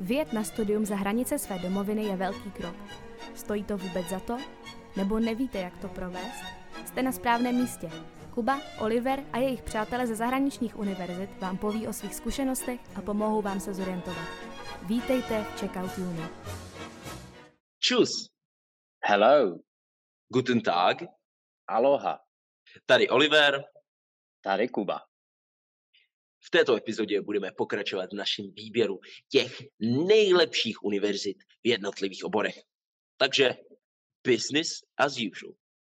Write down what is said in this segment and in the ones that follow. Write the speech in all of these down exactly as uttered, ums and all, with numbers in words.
Vyjet na studium za hranice své domoviny je velký krok. Stojí to vůbec za to? Nebo nevíte, jak to provést? Jste na správném místě. Kuba, Oliver a jejich přátelé ze zahraničních univerzit vám poví o svých zkušenostech a pomohou vám se zorientovat. Vítejte v Checkout Uni. Čus. Hello. Guten Tag. Aloha. Tady Oliver. Tady Kuba. V této epizodě budeme pokračovat v našem výběru těch nejlepších univerzit v jednotlivých oborech. Takže business as usual.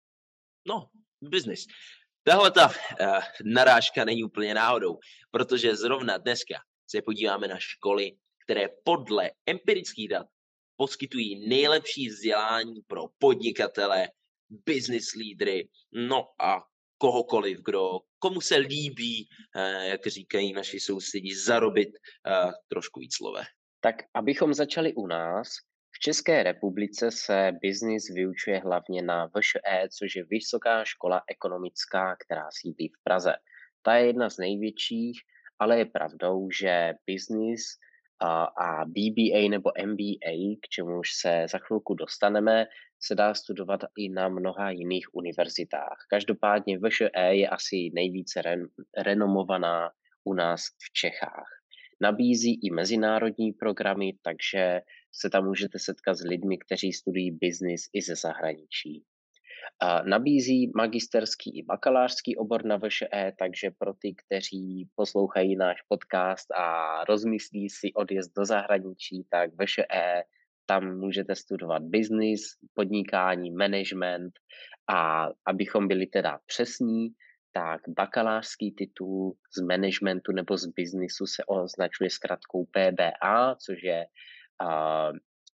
No, business. Tahle ta uh, narážka není úplně náhodou, protože zrovna dneska se podíváme na školy, které podle empirických dat poskytují nejlepší vzdělání pro podnikatele, business lídry, no a kohokoliv, kdo, komu se líbí, eh, jak říkají naši sousedí, zarobit eh, trošku víc slové. Tak abychom začali u nás, v České republice se business vyučuje hlavně na V Š E, což je Vysoká škola ekonomická, která sídlí v Praze. Ta je jedna z největších, ale je pravdou, že business a, a B B A nebo M B A, k čemuž se za chvilku dostaneme, se dá studovat i na mnoha jiných univerzitách. Každopádně V Š E je asi nejvíce ren, renomovaná u nás v Čechách. Nabízí i mezinárodní programy, takže se tam můžete setkat s lidmi, kteří studují business i ze zahraničí. A nabízí magisterský i bakalářský obor na V Š E, takže pro ty, kteří poslouchají náš podcast a rozmyslí si odjezd do zahraničí, tak V Š E, tam můžete studovat business, podnikání, management a abychom byli teda přesní, tak bakalářský titul z managementu nebo z businessu se označuje zkratkou P B A, což je uh,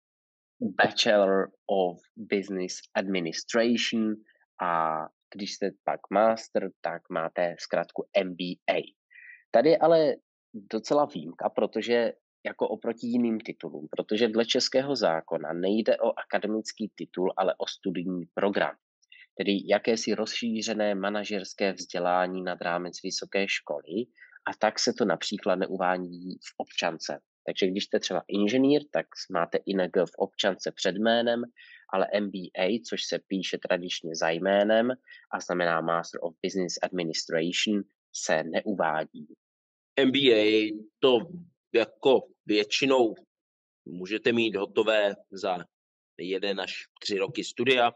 Bachelor of Business Administration, a když jste pak master, tak máte zkratku M B A. Tady je ale docela výjimka, protože jako oproti jiným titulům, protože dle českého zákona nejde o akademický titul, ale o studijní program, tedy jakési rozšířené manažerské vzdělání nad rámec vysoké školy, a tak se to například neuvádí v občance. Takže když jste třeba inženýr, tak máte I N G v občance před jménem, ale M B A, což se píše tradičně za jménem a znamená Master of Business Administration, se neuvádí. M B A to jako většinou můžete mít hotové za jeden až tři roky studia.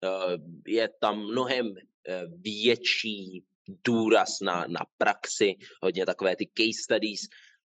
Je tam mnohem větší důraz na, na praxi, hodně takové ty case studies.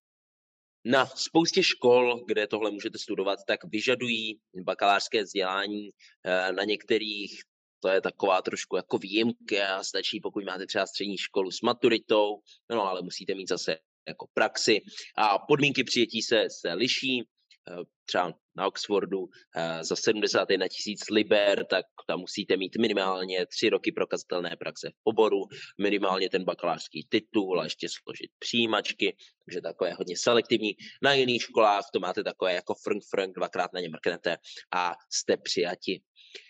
Na spoustě škol, kde tohle můžete studovat, tak vyžadují bakalářské vzdělání. Na některých to je taková trošku jako výjimka, stačí, pokud máte třeba střední školu s maturitou, no ale musíte mít zase jako praxi a podmínky přijetí se, se liší. Třeba na Oxfordu za sedmdesát jedna tisíc liber, tak tam musíte mít minimálně tři roky prokazatelné praxe v oboru, minimálně ten bakalářský titul a ještě složit přijímačky, takže takové hodně selektivní. Na jiných školách to máte takové jako frnk frnk, dvakrát na ně mrknete a jste přijati.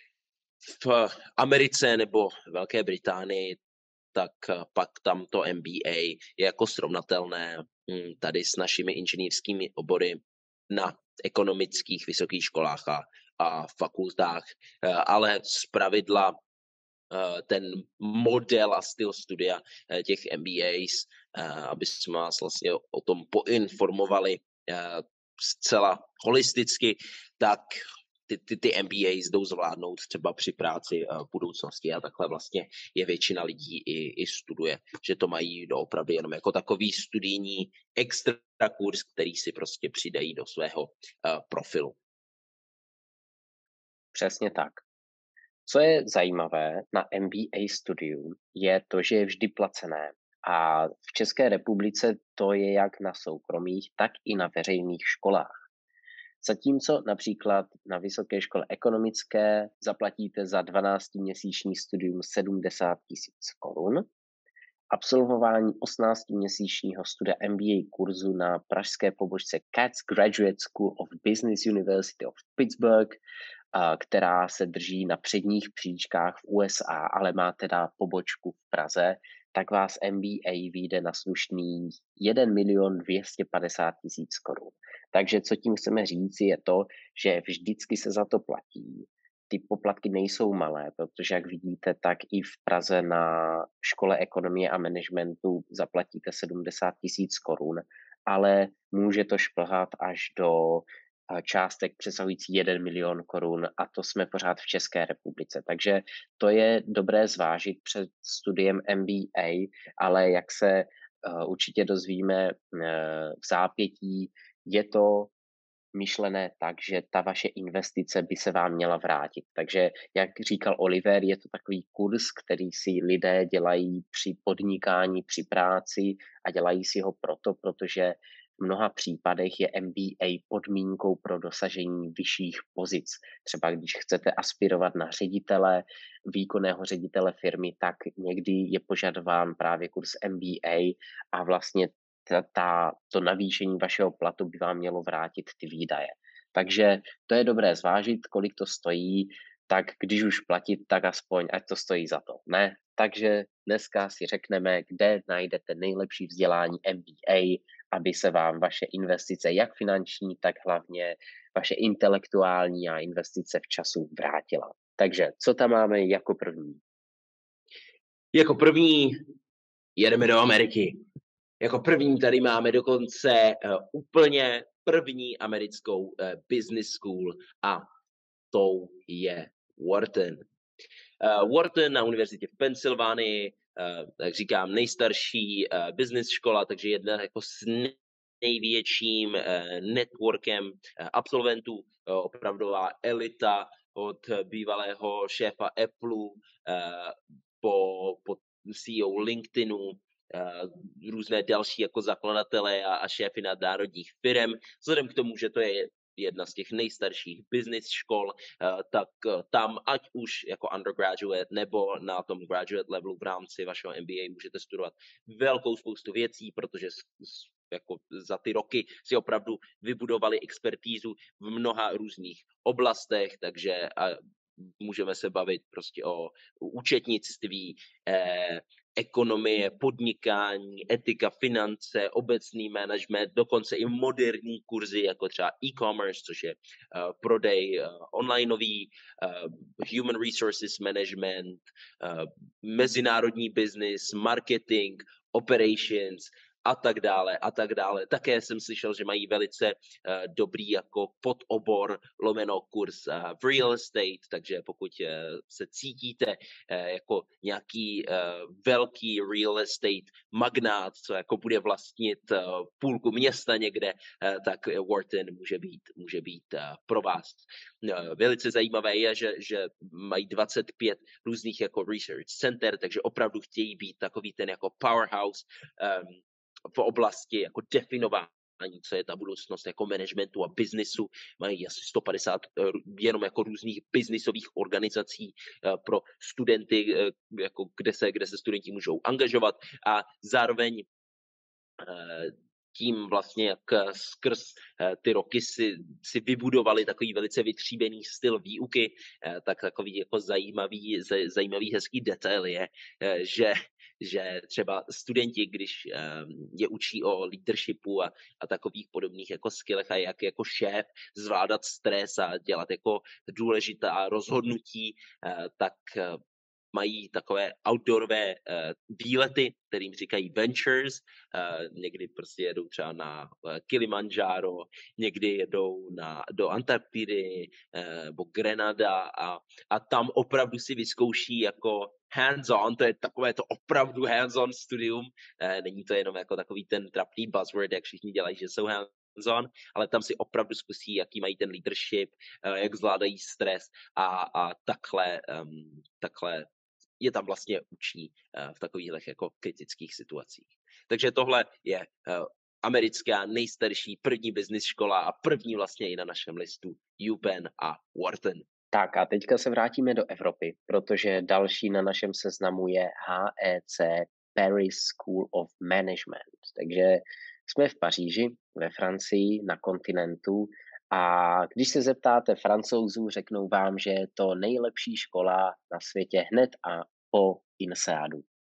V Americe nebo Velké Británii tak pak tam to M B A je jako srovnatelné tady s našimi inženýrskými obory na ekonomických vysokých školách a, a fakultách, ale zpravidla ten model a styl studia těch M B As, aby jsme vás vlastně o tom poinformovali zcela holisticky, tak ty, ty, ty M B As jdou zvládnout třeba při práci v budoucnosti a takhle vlastně je většina lidí i, i studuje, že to mají doopravdy jenom jako takový studijní extra kurz, který si prostě přidají do svého uh, profilu. Přesně tak. Co je zajímavé na M B A studium, je to, že je vždy placené. A v České republice to je jak na soukromých, tak i na veřejných školách. Zatímco například na Vysoké škole ekonomické zaplatíte za dvanáctiměsíční studium sedmdesát tisíc korun, absolvování osmnáctiměsíčního studia M B A kurzu na pražské pobočce Katz Graduate School of Business University of Pittsburgh, která se drží na předních příčkách v U S A, ale má teda pobočku v Praze, tak vás M B A vyjde na slušný jeden milion dvě stě padesát tisíc korun. Takže co tím chceme říct je to, že vždycky se za to platí. Ty poplatky nejsou malé, protože jak vidíte, tak i v Praze na škole ekonomie a managementu zaplatíte sedmdesát tisíc korun, ale může to šplhat až do částek přesahující jeden milion korun a to jsme pořád v České republice. Takže to je dobré zvážit před studiem M B A, ale jak se uh, určitě dozvíme uh, v zápětí, je to myšlené tak, že ta vaše investice by se vám měla vrátit. Takže, jak říkal Oliver, je to takový kurz, který si lidé dělají při podnikání, při práci a dělají si ho proto, protože v mnoha případech je M B A podmínkou pro dosažení vyšších pozic. Třeba když chcete aspirovat na ředitele, výkonného ředitele firmy, tak někdy je požadován právě kurz M B A a vlastně ta, ta, to navýšení vašeho platu by vám mělo vrátit ty výdaje. Takže to je dobré zvážit, kolik to stojí, tak když už platit, tak aspoň ať to stojí za to. Ne? Takže dneska si řekneme, kde najdete nejlepší vzdělání M B A, aby se vám vaše investice, jak finanční, tak hlavně vaše intelektuální a investice v času vrátila. Takže co tam máme jako první? Jako první jedeme do Ameriky. Jako první tady máme dokonce uh, úplně první americkou uh, business school a tou je Wharton. Uh, Wharton na univerzitě v Pensylvánii, uh, jak říkám, nejstarší uh, business škola, takže jedna jako s největším uh, networkem uh, absolventů, uh, opravdová elita od uh, bývalého šéfa Apple uh, po, po C E O LinkedInu, Uh, různé další jako zakladatelé a, a šéfy nadnárodních firm. Vzhledem k tomu, že to je jedna z těch nejstarších business škol, uh, tak uh, tam ať už jako undergraduate nebo na tom graduate levelu v rámci vašeho M B A můžete studovat velkou spoustu věcí, protože s, s, jako za ty roky si opravdu vybudovali expertízu v mnoha různých oblastech, takže uh, můžeme se bavit prostě o účetnictví, eh, ekonomie, podnikání, etika, finance, obecný management, dokonce i moderní kurzy, jako třeba e-commerce, což je uh, prodej uh, onlineový, uh, human resources management, uh, mezinárodní business, marketing, operations, a tak dále, a tak dále. Také jsem slyšel, že mají velice uh, dobrý jako podobor lomeno kurz uh, v real estate, takže pokud uh, se cítíte uh, jako nějaký uh, velký real estate magnát, co jako bude vlastnit uh, půlku města někde, uh, tak Wharton může být, může být uh, pro vás. Uh, velice zajímavé je, že, že mají dvacet pět různých jako research center, takže opravdu chtějí být takový ten jako powerhouse um, v oblasti jako definování, co je ta budoucnost jako managementu a biznisu. Mají asi sto padesát jenom jako různých biznisových organizací pro studenty, jako kde, se, kde se studenti můžou angažovat a zároveň tím vlastně, jak skrz ty roky si, si vybudovali takový velice vytříbený styl výuky, tak takový jako zajímavý, zajímavý hezký detail je, že že třeba studenti, když um, je učí o leadershipu a, a takových podobných jako skillech a jak jako šéf zvládat stres a dělat jako důležitá rozhodnutí, uh, tak uh, mají takové outdoorové uh, výlety, kterým říkají ventures. Uh, někdy prostě jedou třeba na uh, Kilimanjaro, někdy jedou na, do Antarktidy uh, nebo Grenada a, a tam opravdu si vyzkouší jako hands-on, to je takové to opravdu hands-on studium. Uh, není to jenom jako takový ten trapný buzzword, jak všichni dělají, že jsou hands-on, ale tam si opravdu zkusí, jaký mají ten leadership, uh, jak zvládají stres a, a takhle, um, takhle je tam vlastně učí uh, v takových jako kritických situacích. Takže tohle je uh, americká nejstarší první business škola a první vlastně i na našem listu UPenn a Wharton. Tak a teďka se vrátíme do Evropy, protože další na našem seznamu je H E C, Paris School of Management. Takže jsme v Paříži, ve Francii, na kontinentu a když se zeptáte Francouzů, řeknou vám, že je to nejlepší škola na světě hned a po INSEADu.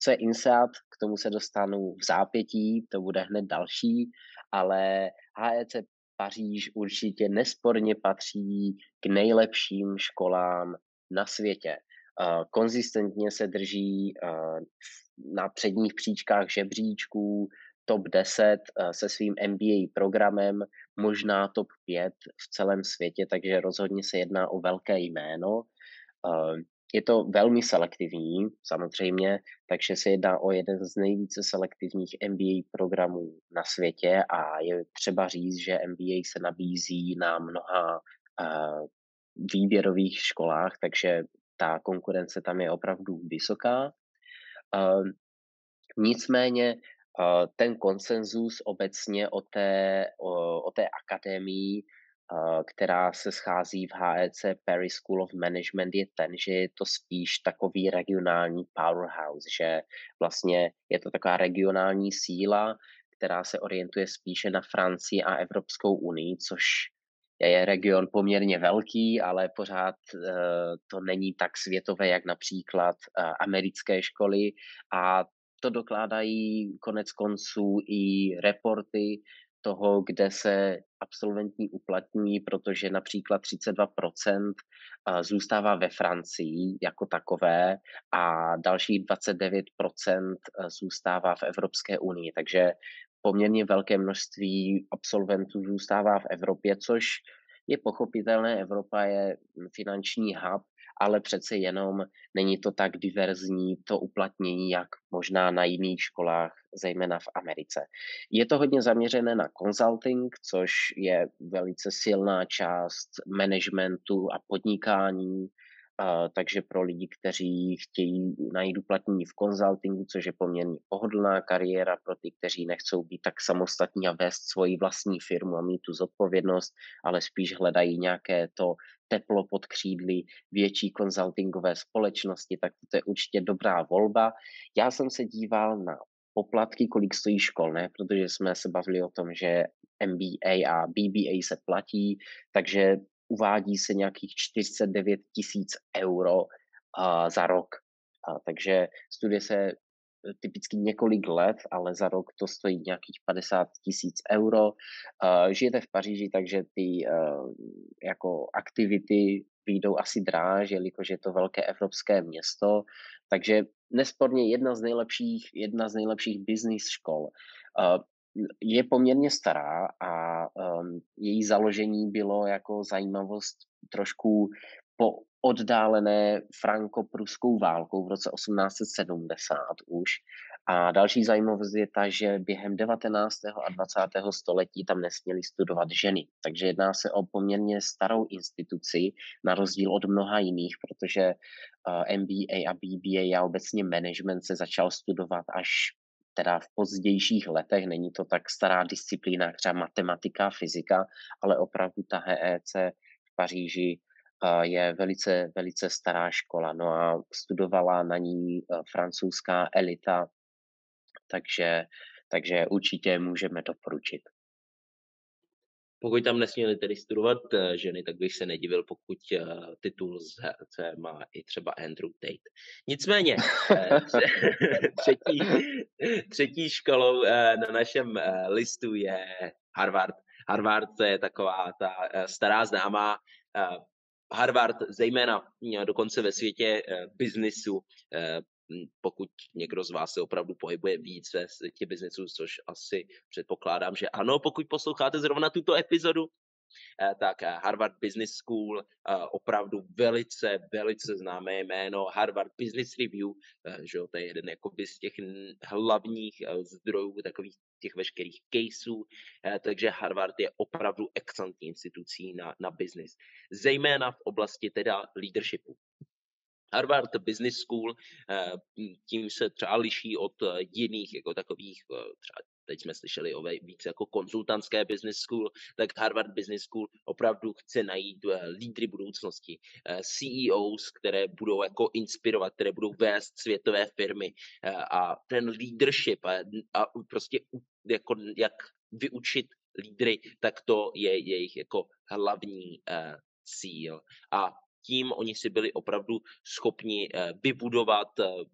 Co je INSEAD, k tomu se dostanu v zápětí, to bude hned další, ale H E C Paříž určitě nesporně patří k nejlepším školám na světě. Uh, konzistentně se drží uh, na předních příčkách žebříčků, top deset uh, se svým M B A programem, možná top pět v celém světě, takže rozhodně se jedná o velké jméno. Uh, je to velmi selektivní, samozřejmě, takže se jedná o jeden z nejvíce selektivních M B A programů na světě a je třeba říct, že M B A se nabízí na mnoha uh, výběrových školách, takže ta konkurence tam je opravdu vysoká. Uh, nicméně uh, ten konsenzus obecně o té, o, o té akademii, uh, která se schází v H E C Paris School of Management, je ten, že je to spíš takový regionální powerhouse, že vlastně je to taková regionální síla, která se orientuje spíše na Francii a Evropskou unii, což je region poměrně velký, ale pořád uh, to není tak světové, jak například uh, americké školy, a to dokládají konec konců i reporty toho, kde se absolventi uplatňují, protože například třicet dva procent uh, zůstává ve Francii jako takové a dalších dvacet devět procent uh, zůstává v Evropské unii, takže poměrně velké množství absolventů zůstává v Evropě, což je pochopitelné. Evropa je finanční hub, ale přece jenom není to tak diverzní to uplatnění, jak možná na jiných školách, zejména v Americe. Je to hodně zaměřené na consulting, což je velice silná část managementu a podnikání, Uh, takže pro lidi, kteří chtějí najít uplatnění v konzultingu, což je poměrně pohodlná kariéra pro ty, kteří nechcou být tak samostatní a vést svoji vlastní firmu a mít tu zodpovědnost, ale spíš hledají nějaké to teplo pod křídly větší konzultingové společnosti, tak to je určitě dobrá volba. Já jsem se díval na poplatky, kolik stojí školné, protože jsme se bavili o tom, že M B A a B B A se platí, takže uvádí se nějakých čtyřicet devět tisíc euro uh, za rok. Uh, takže studuje se typicky několik let, ale za rok to stojí nějakých padesát tisíc euro. Uh, žijete v Paříži, takže ty uh, jako aktivity vyjdou asi dráž, jelikož je to velké evropské město. Takže nesporně jedna z nejlepších, jedna z nejlepších business škol. Uh, je poměrně stará a um, její založení bylo jako zajímavost trošku po oddálené franko-pruskou válkou v roce osmnáct set sedmdesát už. A další zajímavost je ta, že během devatenáctého a dvacátého století tam nesměly studovat ženy. Takže jedná se o poměrně starou instituci, na rozdíl od mnoha jiných, protože uh, M B A a B B A a obecně management se začal studovat až teda v pozdějších letech, není to tak stará disciplína, třeba matematika, fyzika, ale opravdu ta H E C v Paříži uh, je velice, velice stará škola. No a studovala na ní uh, francouzská elita, takže, takže určitě můžeme doporučit. Pokud tam nesměli tedy studovat uh, ženy, tak bych se nedivil, pokud uh, titul z H E C má i třeba Andrew Tate. Nicméně, uh, třetí, třetí školou uh, na našem uh, listu je Harvard. Harvard to je taková ta uh, stará známá. Uh, Harvard, zejména uh, dokonce ve světě uh, biznisu, uh, pokud někdo z vás se opravdu pohybuje víc ve světě biznesu, což asi předpokládám, že ano, pokud posloucháte zrovna tuto epizodu, tak Harvard Business School, opravdu velice, velice známé jméno, Harvard Business Review, že to je jeden jakoby z těch hlavních zdrojů takových těch veškerých caseů, takže Harvard je opravdu excelentní institucí na, na business, zejména v oblasti teda leadershipu. Harvard Business School tím se třeba liší od jiných jako takových, třeba teď jsme slyšeli o více jako konzultantské business school, tak Harvard Business School opravdu chce najít lídry budoucnosti, C E Os, které budou jako inspirovat, které budou vést světové firmy a ten leadership a, a prostě jako jak vyučit lídry, tak to je jejich jako hlavní cíl. A tím oni si byli opravdu schopni vybudovat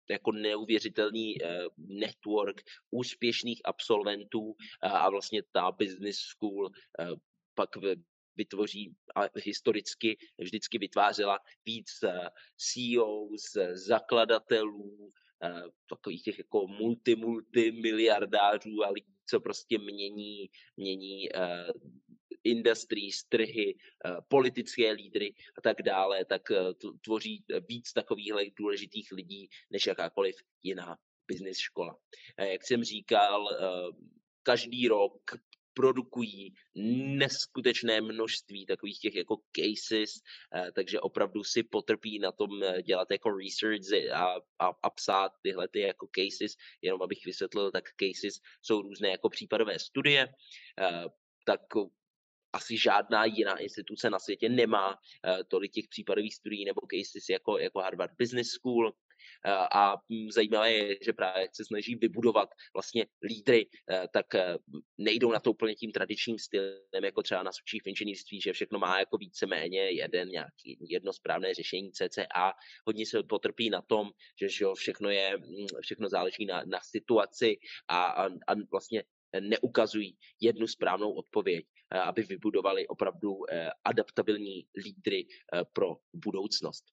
jako neuvěřitelný network úspěšných absolventů a vlastně ta business school pak vytvoří a historicky vždycky vytvářela víc C E Os, zakladatelů, takových těch jako multi, multi miliardářů a lidí, co prostě mění, mění industries, trhy, politické lídry a tak dále, tak tvoří víc takových důležitých lidí než jakákoliv jiná business škola. Jak jsem říkal, každý rok produkují neskutečné množství takových těch jako cases, takže opravdu si potrpí na tom dělat jako research a, a, a psát tyhle ty jako cases, jenom abych vysvětlil, tak cases jsou různé jako případové studie, tak asi žádná jiná instituce na světě nemá uh, tolik těch případových studií nebo cases jako, jako Harvard Business School. Uh, a zajímavé je, že právě se snaží vybudovat vlastně lídry, uh, tak uh, nejdou na to úplně tím tradičním stylem, jako třeba na v inženýrství, že všechno má jako víceméně jeden nějaký, jedno správné řešení C C A. Hodně se potrpí na tom, že, že všechno, je, všechno záleží na, na situaci a, a, a vlastně neukazují jednu správnou odpověď, aby vybudovali opravdu adaptabilní lídry pro budoucnost.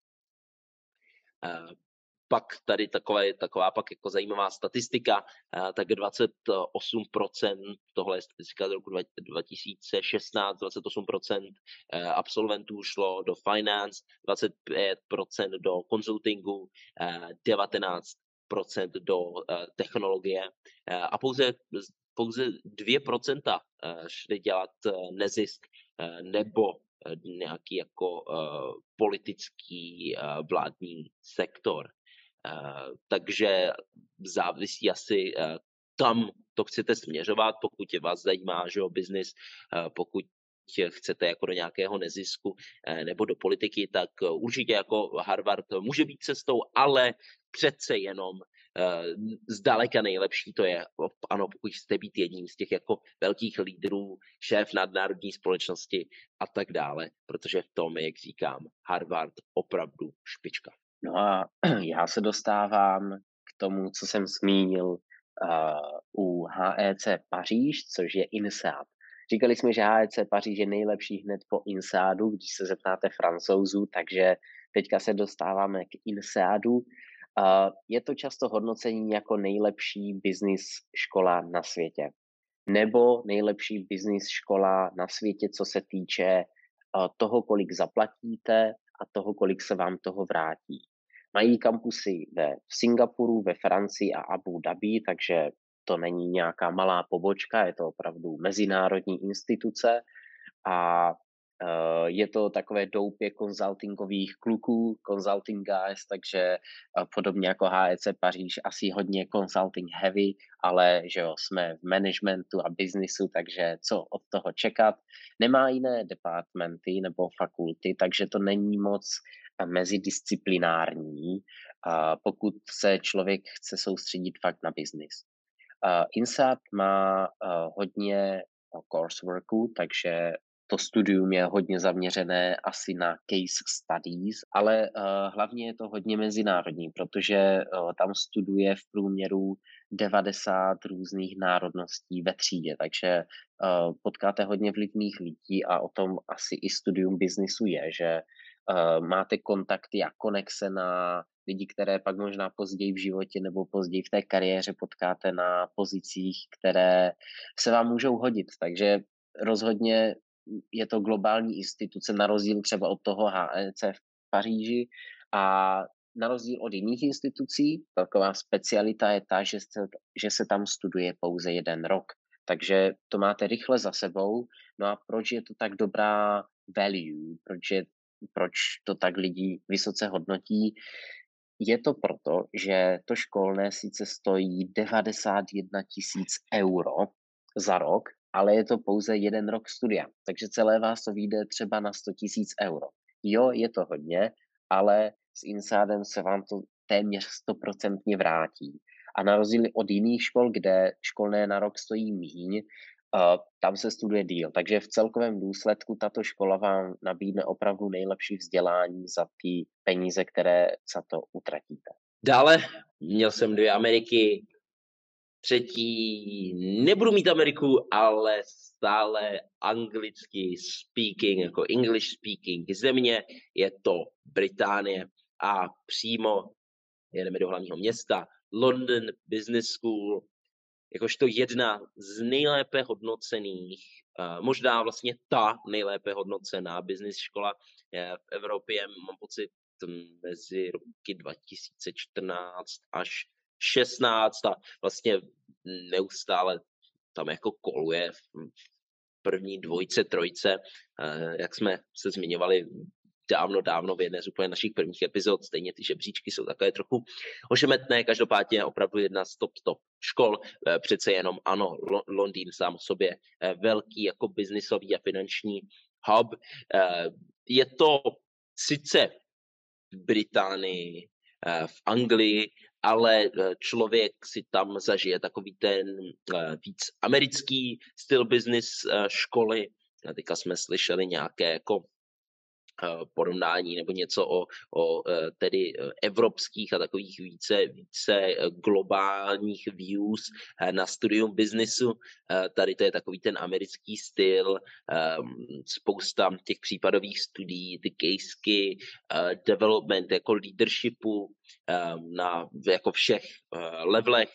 Pak tady takové, taková pak jako zajímavá statistika, tak dvacet osm procent, tohle je statistika z roku dva tisíce šestnáct, dvacet osm procent absolventů šlo do finance, dvacet pět procent do consultingu, devatenáct procent do technologie a pouze pouze dvě procenta šli dělat nezisk nebo nějaký jako politický vládní sektor. Takže závisí asi, kam to chcete směřovat, pokud je vás zajímá, že o business, pokud chcete jako do nějakého nezisku nebo do politiky, tak určitě jako Harvard může být cestou, ale přece jenom zdaleka nejlepší to je, ano, pokud chcete být jedním z těch jako velkých lídrů, šéf nadnárodní společnosti a tak dále, protože v tom, jak říkám, Harvard opravdu špička. No a já se dostávám k tomu, co jsem zmínil uh, u H E C Paříž, což je INSEAD. Říkali jsme, že H E C Paříž je nejlepší hned po INSEADu, když se zeptáte Francouzů, takže teďka se dostáváme k INSEADu. Uh, je to často hodnocení jako nejlepší business škola na světě. Nebo nejlepší business škola na světě, co se týče uh, toho, kolik zaplatíte a toho, kolik se vám toho vrátí. Mají kampusy ve v Singapuru, ve Francii a Abu Dhabi, takže to není nějaká malá pobočka, je to opravdu mezinárodní instituce a uh, je to takové doupě konzultingových kluků, consulting guys, takže uh, podobně jako H E C Paříž, asi hodně consulting heavy, ale že jo, jsme v managementu a businessu, takže co od toho čekat. Nemá jiné departmenty nebo fakulty, takže to není moc mezidisciplinární, uh, pokud se člověk chce soustředit fakt na business. Uh, INSEAD má uh, hodně uh, courseworku, takže to studium je hodně zaměřené asi na case studies, ale uh, hlavně je to hodně mezinárodní, protože uh, tam studuje v průměru devadesát různých národností ve třídě, takže uh, potkáte hodně vlivných lidí a o tom asi i studium businessu je, že uh, máte kontakty a konexe na lidi, které pak možná později v životě nebo později v té kariéře potkáte na pozicích, které se vám můžou hodit. Takže rozhodně je to globální instituce na rozdíl třeba od toho H E C v Paříži a na rozdíl od jiných institucí, taková specialita je ta, že se, že se tam studuje pouze jeden rok. Takže to máte rychle za sebou. No a proč je to tak dobrá value? Proč, je, proč to tak lidi vysoce hodnotí? Je to proto, že to školné sice stojí devadesát jedna tisíc euro za rok, ale je to pouze jeden rok studia, takže celé vás to vyjde třeba na sto tisíc euro. Jo, je to hodně, ale s INSEADem se vám to téměř stoprocentně vrátí. A na rozdíl od jiných škol, kde školné na rok stojí míň, Uh, tam se studuje díl, takže v celkovém důsledku tato škola vám nabídne opravdu nejlepší vzdělání za ty peníze, které za to utratíte. Dále měl jsem dvě Ameriky, třetí nebudu mít Ameriku, ale stále anglicky speaking, jako English speaking země, je to Británie a přímo jedeme do hlavního města, London Business School, jakožto jedna z nejlépe hodnocených, uh, možná vlastně ta nejlépe hodnocená business škola je v Evropě, mám pocit, mezi roky dva tisíce čtrnáct až šestnáct a vlastně neustále tam jako koluje v první dvojce, trojce, uh, jak jsme se zmiňovali dávno, dávno v jedné z úplně našich prvních epizod, stejně ty žebříčky jsou takové trochu ošemetné, každopádně opravdu jedna z top, top škol, přece jenom ano, Londýn sám o sobě velký jako biznisový a finanční hub. Je to sice v Británii, v Anglii, ale člověk si tam zažije takový ten víc americký styl business školy. Teďka jsme slyšeli nějaké jako porovnání nebo něco o, o tedy evropských a takových více, více globálních views na studium businessu. Tady to je takový ten americký styl, spousta těch případových studií, ty casey, development jako leadershipu na jako všech levelech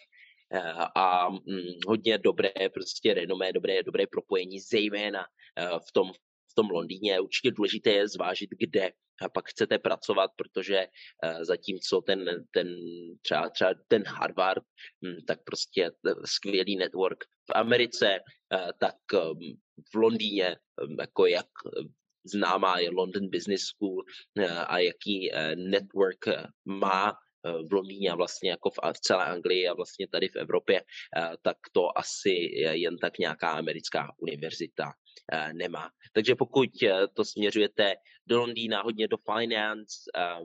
a hodně dobré prostě renomé, dobré, dobré propojení, zejména v tom v tom Londýně. Určitě důležité je zvážit, kde a pak chcete pracovat, protože zatímco ten, ten třeba, třeba ten Harvard, tak prostě skvělý network v Americe, tak v Londýně, jako jak známá je London Business School a jaký network má v Londýně a vlastně jako v, v celé Anglii a vlastně tady v Evropě, tak to asi jen tak nějaká americká univerzita nemá. Takže pokud to směřujete do Londýna, hodně do finance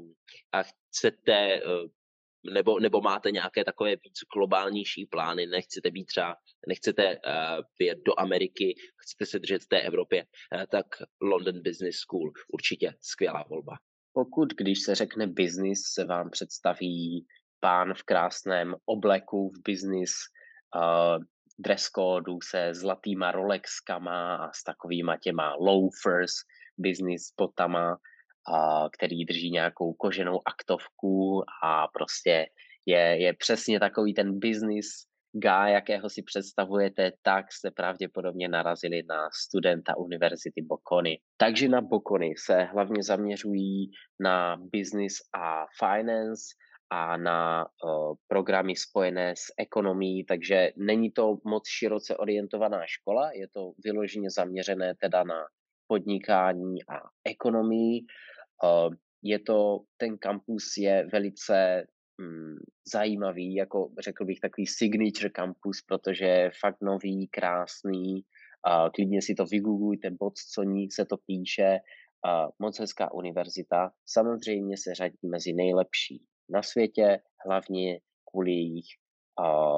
a chcete, nebo, nebo máte nějaké takové víc globálnější plány, nechcete být třeba, nechcete vyjet do Ameriky, chcete se držet v té Evropě, tak London Business School určitě skvělá volba. Pokud, když se řekne business, se vám představí pán v krásném obleku v business, uh, dress kódu se zlatýma Rolexkama a s takovýma těma loafers, business botama, uh, který drží nějakou koženou aktovku a prostě je, je přesně takový ten business guy, jakého si představujete, tak jste pravděpodobně narazili na studenta Univerzity Bocconi. Takže na Bocconi se hlavně zaměřují na business a finance a na uh, programy spojené s ekonomií, takže není to moc široce orientovaná škola, je to vyloženě zaměřené teda na podnikání a ekonomii. Uh, je to, ten kampus je velice zajímavý, jako řekl bych takový signature campus, protože je fakt nový, krásný, a klidně si to vygooglujte, Bocconi se to píše, a moc hezká univerzita, samozřejmě se řadí mezi nejlepší na světě, hlavně kvůli jejich a,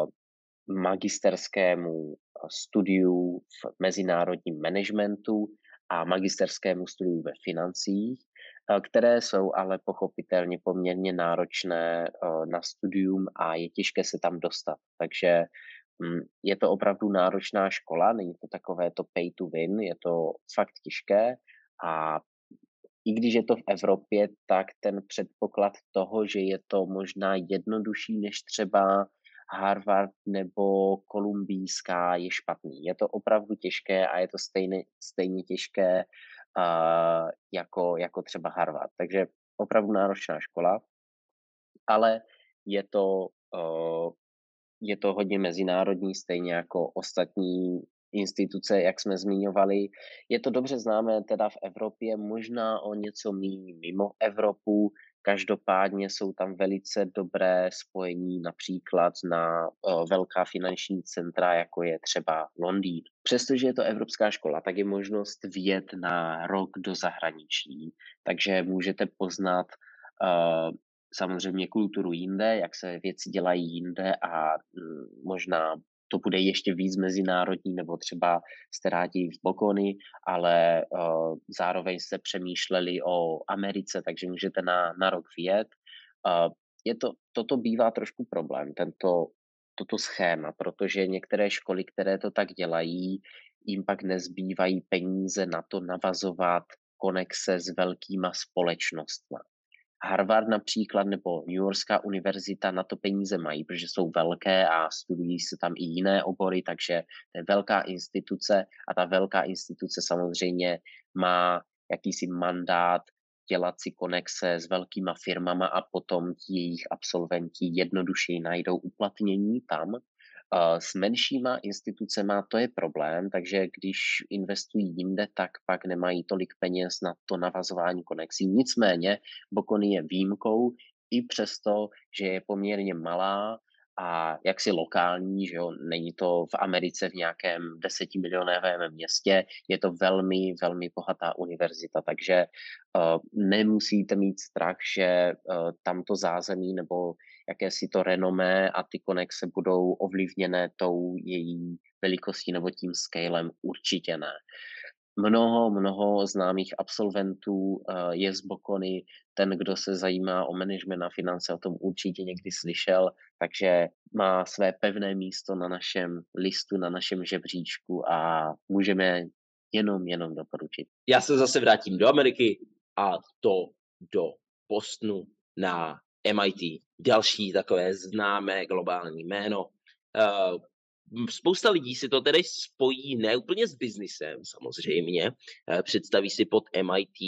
magisterskému studiu v mezinárodním managementu a magisterskému studiu ve financích, které jsou ale pochopitelně poměrně náročné na studium a je těžké se tam dostat. Takže je to opravdu náročná škola, není to takové to pay to win, je to fakt těžké a i když je to v Evropě, tak ten předpoklad toho, že je to možná jednodušší než třeba Harvard nebo kolumbijská, je špatný. Je to opravdu těžké a je to stejně, stejně těžké uh, jako, jako třeba Harvard. Takže opravdu náročná škola, ale je to, uh, je to hodně mezinárodní, stejně jako ostatní instituce, jak jsme zmiňovali. Je to dobře známé teda v Evropě, možná o něco méně mimo Evropu. Každopádně jsou tam velice dobré spojení například na uh, velká finanční centra, jako je třeba Londýn. Přestože je to evropská škola, tak je možnost vyjet na rok do zahraničí, takže můžete poznat uh, samozřejmě kulturu jinde, jak se věci dělají jinde a mm, možná to bude ještě víc mezinárodní, nebo třeba jste rádi v Bocconi, ale uh, zároveň jste přemýšleli o Americe, takže můžete na, na rok vyjet. Uh, je to, toto bývá trošku problém, tento, toto schéma, protože některé školy, které to tak dělají, jim pak nezbývají peníze na to navazovat konexe s velkýma společnostmi. Harvard například nebo New Yorkská univerzita na to peníze mají, protože jsou velké a studují se tam i jiné obory, takže to je velká instituce a ta velká instituce samozřejmě má jakýsi mandát dělat si konexe s velkýma firmama a potom ti jejich absolventi jednodušeji najdou uplatnění tam. Uh, S menšíma institucema to je problém, takže když investují jinde, tak pak nemají tolik peněz na to navazování konexí. Nicméně Bocconi je výjimkou, i přesto, že je poměrně malá a jaksi lokální, že jo, není to v Americe v nějakém desetimilionovém městě, je to velmi, velmi bohatá univerzita, takže uh, nemusíte mít strach, že uh, tamto zázemí nebo jakési to renomé a ty konexe budou ovlivněné tou její velikostí nebo tím scalem, určitě ne. Mnoho, mnoho známých absolventů uh, je z Bocconi, ten, kdo se zajímá o management a finance, o tom určitě někdy slyšel, takže má své pevné místo na našem listu, na našem žebříčku a můžeme jenom, jenom doporučit. Já se zase vrátím do Ameriky a to do Bostonu na M I T. Další takové známé globální jméno. Uh, Spousta lidí si to tedy spojí ne úplně s biznisem, samozřejmě. Uh, představí si pod M I T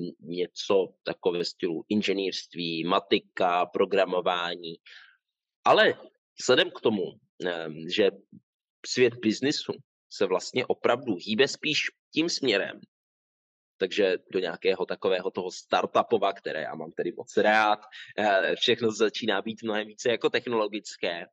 něco takové stylu inženýrství, matika, programování. Ale vzhledem k tomu, um, že svět biznisu se vlastně opravdu hýbe spíš tím směrem, takže do nějakého takového toho startupova, které já mám tedy moc rád, všechno začíná být mnohem více jako technologické,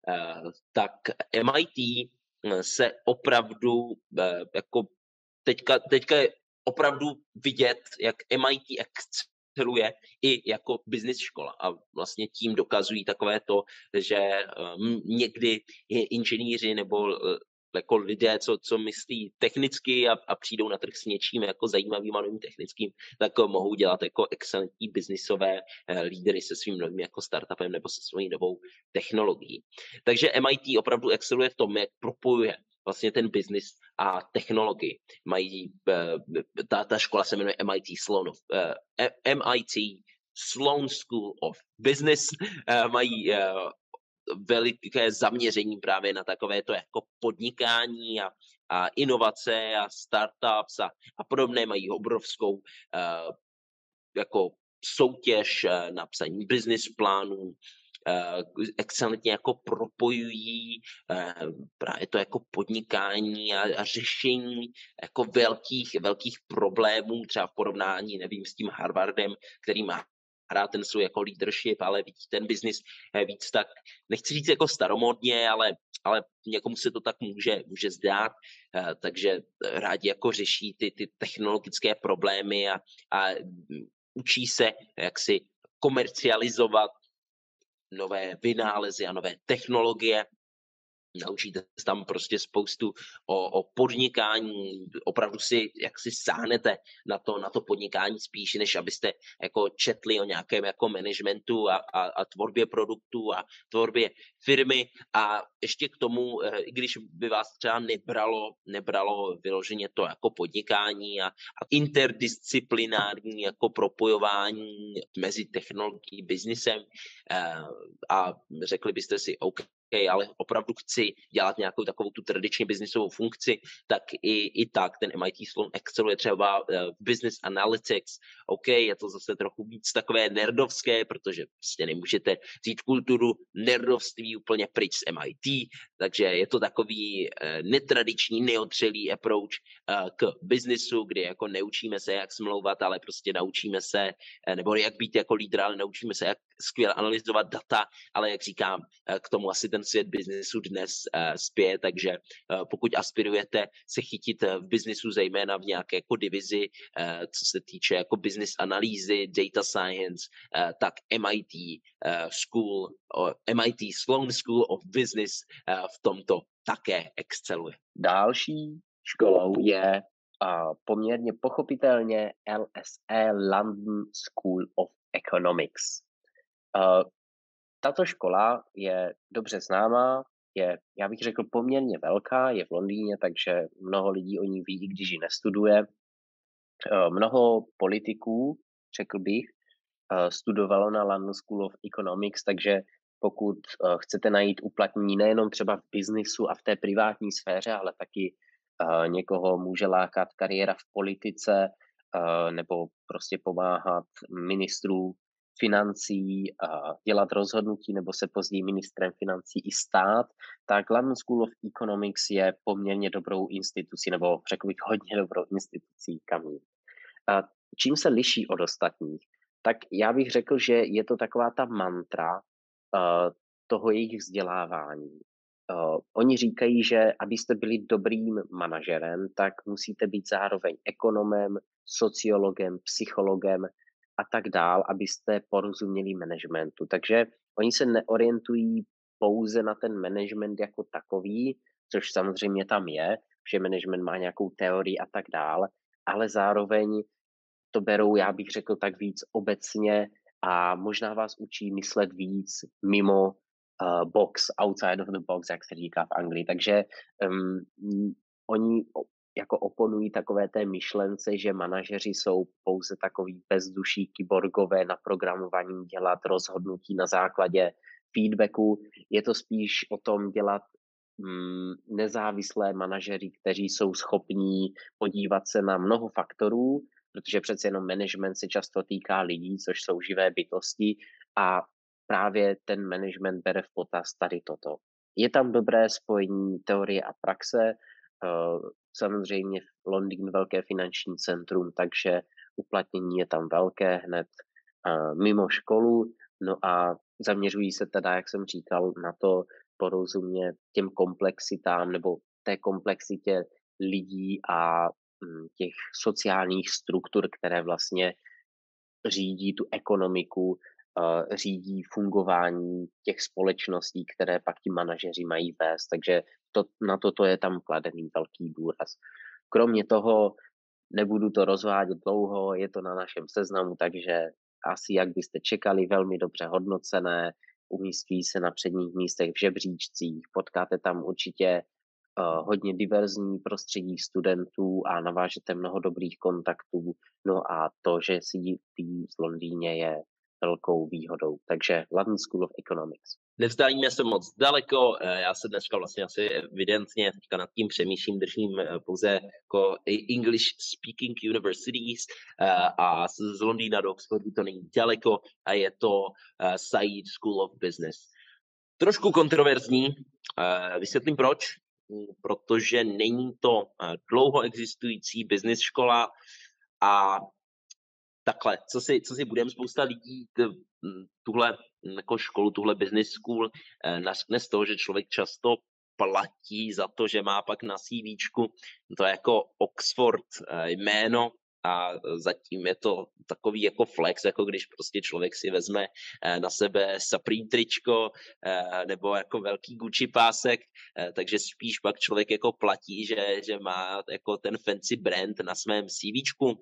tak M I T se opravdu jako teďka, teďka je opravdu vidět, jak M I T exceluje i jako business škola a vlastně tím dokazují takové to, že někdy inženýři nebo jako lidé, co, co myslí technicky a, a přijdou na trh s něčím jako zajímavým a novým technickým, tak mohou dělat jako excelentní biznisové eh, lídry se svým novým jako startupem nebo se svojí novou technologií. Takže M I T opravdu exceluje v tom, jak propojuje vlastně ten biznis a technologii. Mají, eh, ta, ta škola se jmenuje M I T Sloan of, eh, M I T Sloan School of Business, eh, mají eh, veliké zaměření právě na takovéto jako podnikání a, a inovace a startups a, a podobné, mají obrovskou uh, jako soutěž uh, na psaní business plánů, uh, excelentně jako propojují uh, právě to jako podnikání a, a řešení jako velkých, velkých problémů, třeba v porovnání, nevím, s tím Harvardem, který má hrát ten svůj jako leadership, ale vidí ten biznis víc tak, nechci říct jako staromódně, ale, ale někomu se to tak může, může zdát, takže rádi jako řeší ty, ty technologické problémy a, a učí se, jak si komercializovat nové vynálezy a nové technologie. Naučíte se tam prostě spoustu o, o podnikání, opravdu si, jak si sáhnete na to, na to podnikání spíš, než abyste jako četli o nějakém jako managementu a, a, a tvorbě produktů a tvorbě firmy a ještě k tomu, i když by vás třeba nebralo, nebralo vyloženě to jako podnikání a, a interdisciplinární jako propojování mezi technologií, biznisem a řekli byste si, OK, Okay, ale opravdu chci dělat nějakou takovou tu tradičně biznisovou funkci, tak i, i tak ten M I T Sloan exceluje třeba v business analytics. OK, je to zase trochu víc takové nerdovské, protože prostě nemůžete vzít kulturu nerdovství úplně pryč z M I T, takže je to takový uh, netradiční, neotřelý approach uh, k biznisu, kdy jako neučíme se, jak smlouvat, ale prostě naučíme se, uh, nebo jak být jako lídr, ale naučíme se, jak skvěle analyzovat data, ale jak říkám, uh, k tomu asi ten svět biznesu dnes uh, spěje, takže uh, pokud aspirujete se chytit uh, v biznesu, zejména v nějaké jako divizi, uh, co se týče jako business analýzy, data science, uh, tak M I T uh, School, uh, M I T Sloan School of Business uh, v tomto také exceluje. Další školou je uh, poměrně pochopitelně L S E London School of Economics. Uh, Tato škola je dobře známá, je, já bych řekl, poměrně velká, je v Londýně, takže mnoho lidí o ní ví, i když ji nestuduje. Eh, Mnoho politiků, řekl bych, eh, studovalo na London School of Economics, takže pokud eh, chcete najít uplatnění nejenom třeba v biznisu a v té privátní sféře, ale taky eh, někoho může lákat kariéra v politice eh, nebo prostě pomáhat ministrů financí, eh, dělat rozhodnutí nebo se později ministrem financí i stát, tak London School of Economics je poměrně dobrou institucí, nebo řekl bych hodně dobrou institucí, kam jít. A čím se liší od ostatních? Tak já bych řekl, že je to taková ta mantra uh, toho jejich vzdělávání. Uh, oni říkají, že abyste byli dobrým manažerem, tak musíte být zároveň ekonomem, sociologem, psychologem a tak dál, abyste porozuměli managementu. Takže oni se neorientují pouze na ten management jako takový, což samozřejmě tam je, že management má nějakou teorii a tak dál, ale zároveň to berou, já bych řekl, tak víc obecně a možná vás učí myslet víc mimo uh, box, outside of the box, jak se říká v Anglii. Takže um, oni jako oponují takové té myšlence, že manažeři jsou pouze takový bezduší kyborgové na programování, dělat rozhodnutí na základě feedbacku. Je to spíš o tom dělat um, nezávislé manažeři, kteří jsou schopní podívat se na mnoho faktorů, protože přece jenom management se často týká lidí, což jsou živé bytosti a právě ten management bere v potaz tady toto. Je tam dobré spojení teorie a praxe, samozřejmě Londýn velké finanční centrum, takže uplatnění je tam velké hned mimo školu, no a zaměřují se teda, jak jsem říkal, na to porozumět těm komplexitám nebo té komplexitě lidí a těch sociálních struktur, které vlastně řídí tu ekonomiku, řídí fungování těch společností, které pak ti manažeři mají vést. Takže to, na toto je tam kladený velký důraz. Kromě toho, nebudu to rozvádět dlouho, je to na našem seznamu, takže asi, jak byste čekali, velmi dobře hodnocené, umístí se na předních místech v žebříčcích, potkáte tam určitě Uh, hodně diverzní prostředí studentů a navážete mnoho dobrých kontaktů. No a to, že sídlí v Londýně, je velkou výhodou. Takže London School of Economics. Nevzdálíme se moc daleko, já se dneska vlastně asi evidentně teďka nad tím přemýšlím, držím pouze jako English speaking universities a z Londýna do Oxfordu to není daleko a je to Said School of Business. Trošku kontroverzní, vysvětlím proč. Protože není to dlouho existující business škola a takhle, co si, co si budeme, spousta lidí tuhle jako školu, tuhle business school naskne z toho, že člověk často platí za to, že má pak na CVčku to jako Oxford jméno, a zatím je to takový jako flex, jako když prostě člověk si vezme na sebe Supreme tričko nebo jako velký Gucci pásek, takže spíš pak člověk jako platí, že, že má jako ten fancy brand na svém CVčku.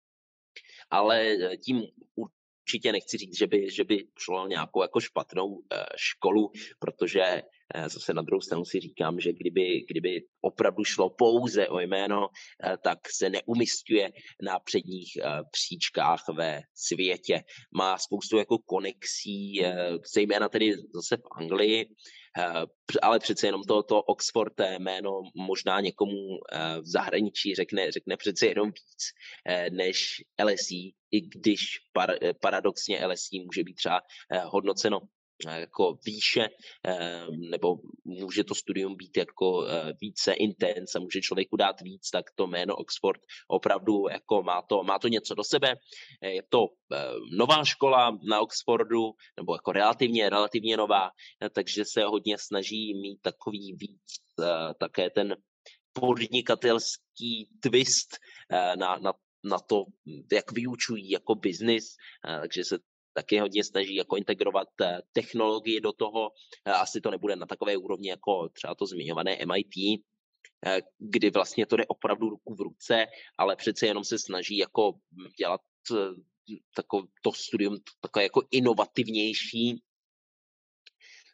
Ale tím určitě nechci říct, že by, že by šlo nějakou jako špatnou školu, protože zase na druhou stranu si říkám, že kdyby, kdyby opravdu šlo pouze o jméno, tak se neumistuje na předních příčkách ve světě. Má spoustu jako konexí, zejména tedy zase v Anglii, ale přece jenom to, to Oxford jméno možná někomu v zahraničí řekne, řekne přece jenom víc než L S E, i když par, paradoxně L S E může být třeba hodnoceno jako výše, nebo může to studium být jako více intenz a může člověku dát víc, tak to jméno Oxford opravdu jako má to, má to něco do sebe. Je to nová škola na Oxfordu, nebo jako relativně, relativně nová, takže se hodně snaží mít takový víc také ten podnikatelský twist na, na, na to, jak vyučují jako biznis, takže se taky hodně snaží jako integrovat technologii do toho. Asi to nebude na takové úrovni jako třeba to zmiňované M I T, kdy vlastně to jde opravdu ruku v ruce, ale přece jenom se snaží jako dělat takové to studium takové jako inovativnější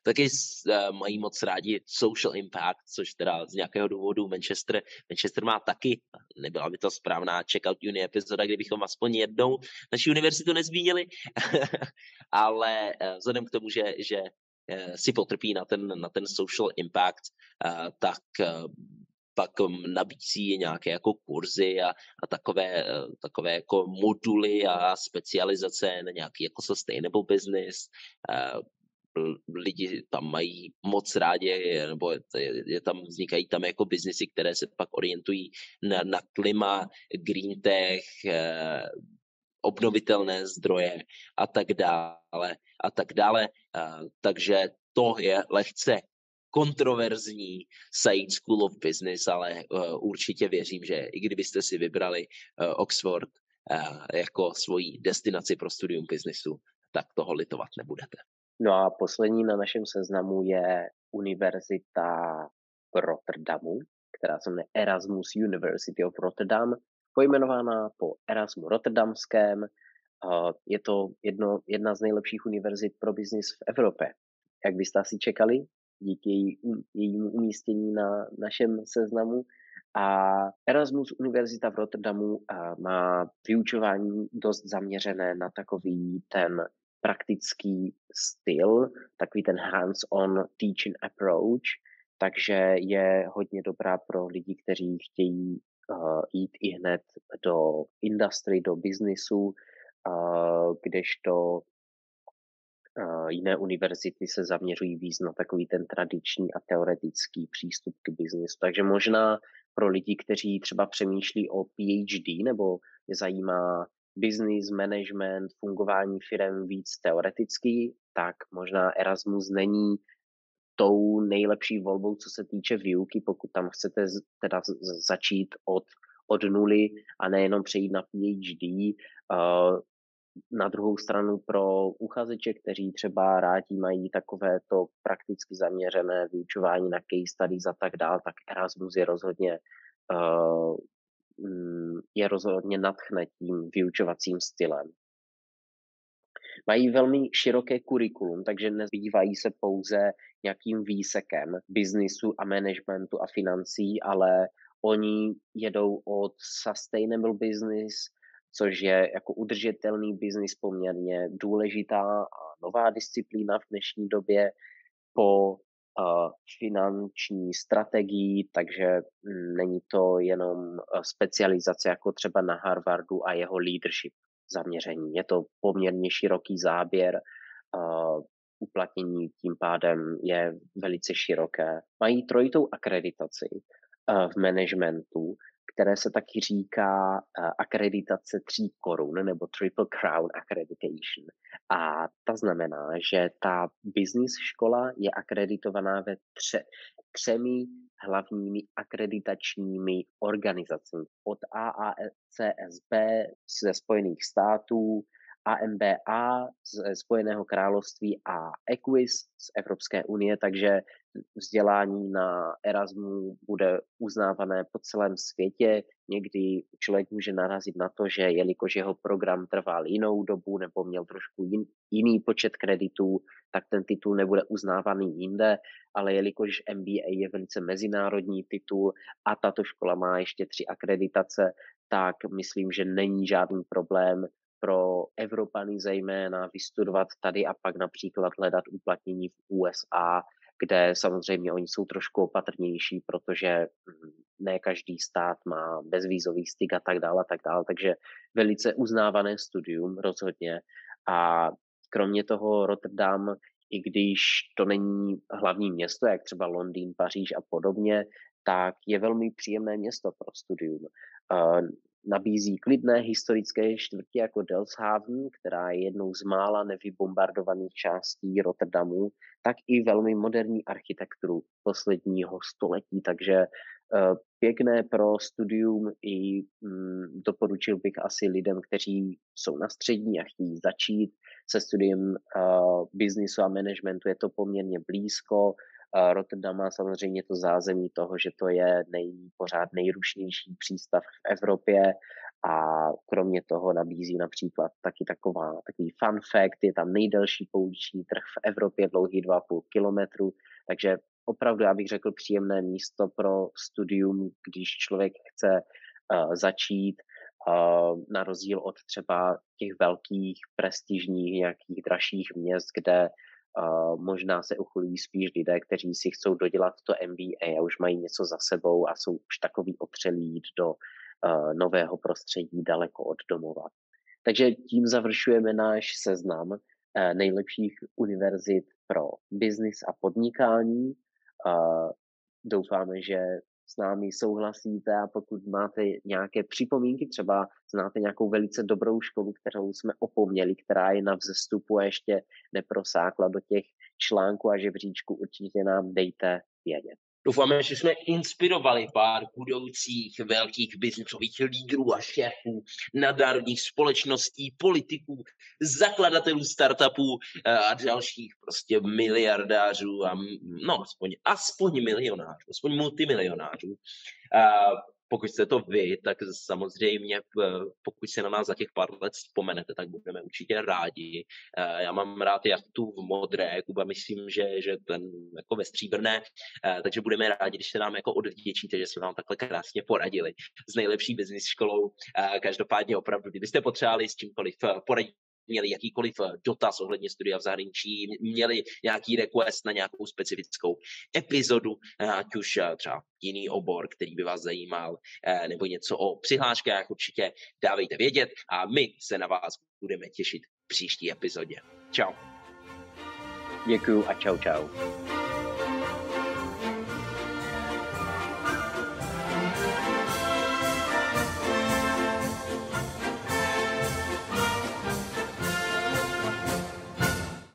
taky s, uh, mají moc rádi social impact, což teda z nějakého důvodu Manchester, Manchester má taky. Nebyla by to správná Checkout Uni epizoda, kdybychom aspoň jednou naši univerzitu nezmínili, ale uh, vzhledem k tomu, že, že uh, si potrpí na ten, na ten social impact, uh, tak uh, pak nabízí nějaké jako kurzy a, a takové, takové jako moduly a specializace na nějaký jako sustainable business. Lidi tam mají moc rádi, nebo je, je tam, vznikají tam jako biznesy, které se pak orientují na, na klima, green tech, obnovitelné zdroje a tak dále a tak dále. Takže to je lehce kontroverzní Said School of Business, ale uh, určitě věřím, že i kdybyste si vybrali uh, Oxford uh, jako svoji destinaci pro studium biznesu, tak toho litovat nebudete. No a poslední na našem seznamu je univerzita v Rotterdamu, která se jmenuje Erasmus University of Rotterdam, pojmenována po Erasmu Rotterdamském. Uh, je to jedno, jedna z nejlepších univerzit pro biznis v Evropě. Jak byste asi čekali? Díky její, jejímu umístění na našem seznamu. A Erasmus Univerzita v Rotterdamu má vyučování dost zaměřené na takový ten praktický styl, takový ten hands-on teaching approach, takže je hodně dobrá pro lidi, kteří chtějí uh, jít i hned do industry, do biznisu, uh, kdežto Uh, jiné univerzity se zaměřují víc na takový ten tradiční a teoretický přístup k biznesu. Takže možná pro lidi, kteří třeba přemýšlí o PhD nebo je zajímá business, management, fungování firem víc teoreticky, tak možná Erasmus není tou nejlepší volbou, co se týče výuky, pokud tam chcete teda začít od, od nuly a nejenom přejít na PhD. Uh, Na druhou stranu pro uchazeče, kteří třeba rádi mají takovéto prakticky zaměřené vyučování na case studies a tak dál, tak Erasmus je rozhodně, uh, je rozhodně nadchne tím vyučovacím stylem. Mají velmi široké kurikulum, takže nezbývají se pouze nějakým výsekem biznisu a managementu a financí, ale oni jedou od sustainable business, což je jako udržitelný biznis poměrně důležitá a nová disciplína v dnešní době, po uh, finanční strategii, takže mm, není to jenom specializace jako třeba na Harvardu a jeho leadership zaměření. Je to poměrně široký záběr, uh, uplatnění tím pádem je velice široké. Mají trojitou akreditaci uh, v managementu, které se taky říká uh, akreditace tří korun nebo Triple Crown Accreditation. A ta znamená, že ta business škola je akreditovaná ve tře, třemi hlavními akreditačními organizacemi. Od A A C S B ze Spojených států, A M B A z Spojeného království a Equis z Evropské unie, takže vzdělání na Erasmu bude uznávané po celém světě. Někdy člověk může narazit na to, že jelikož jeho program trval jinou dobu nebo měl trošku jin, jiný počet kreditů, tak ten titul nebude uznávaný jinde, ale jelikož M B A je velice mezinárodní titul a tato škola má ještě tři akreditace, tak myslím, že není žádný problém pro Evropany zejména vystudovat tady a pak například hledat uplatnění v U S A, kde samozřejmě oni jsou trošku opatrnější, protože ne každý stát má bezvízový styk a tak dále, a tak dále, takže velice uznávané studium rozhodně. A kromě toho Rotterdam, i když to není hlavní město, jak třeba Londýn, Paříž a podobně, tak je velmi příjemné město pro studium. Nabízí klidné historické čtvrti jako Delfshaven, která je jednou z mála nevybombardovaných částí Rotterdamu, tak i velmi moderní architekturu posledního století, takže uh, pěkné pro studium i um, doporučil bych asi lidem, kteří jsou na střední a chtějí začít se studiem uh, businessu a managementu, je to poměrně blízko. Uh, Rotterdam má samozřejmě to zázemí toho, že to je nej, pořád nejrušnější přístav v Evropě a kromě toho nabízí například taky taková, takový fun fact, je tam nejdelší pouliční trh v Evropě, dlouhý dva a půl kilometru, takže opravdu, já bych řekl, příjemné místo pro studium, když člověk chce uh, začít, uh, na rozdíl od třeba těch velkých, prestižních, nějakých dražších měst, kde uh, možná se uchylují spíš lidé, kteří si chcou dodělat to M B A a už mají něco za sebou a jsou už takový opřelí jít do uh, nového prostředí daleko od domova. Takže tím završujeme náš seznam uh, nejlepších univerzit pro biznis a podnikání. Uh, doufáme, že s námi souhlasíte a pokud máte nějaké připomínky, třeba znáte nějakou velice dobrou školu, kterou jsme opomněli, která je na vzestupu a ještě neprosákla do těch článků a žebříčků, určitě nám dejte vědět. Doufáme, že jsme inspirovali pár budoucích velkých biznisových lídrů a šéfů nadnárodních společností, politiků, zakladatelů startupů a dalších prostě miliardářů a no, aspoň, aspoň milionářů, aspoň multimilionářů. A pokud jste to vy, tak samozřejmě, pokud se na nás za těch pár let vzpomenete, tak budeme určitě rádi. Já mám rád jachtu v modré, Kuba myslím, že, že ten jako ve stříbrné, takže budeme rádi, když se nám jako odvděčíte, že jsme vám takhle krásně poradili s nejlepší business školou. Každopádně opravdu, kdybyste potřebovali s čímkoliv poradit, měli jakýkoliv dotaz ohledně studia v zahraničí, měli nějaký request na nějakou specifickou epizodu, ať už třeba jiný obor, který by vás zajímal, nebo něco o přihláškách, určitě dávejte vědět a my se na vás budeme těšit v příští epizodě. Čau. Děkuju a čau čau.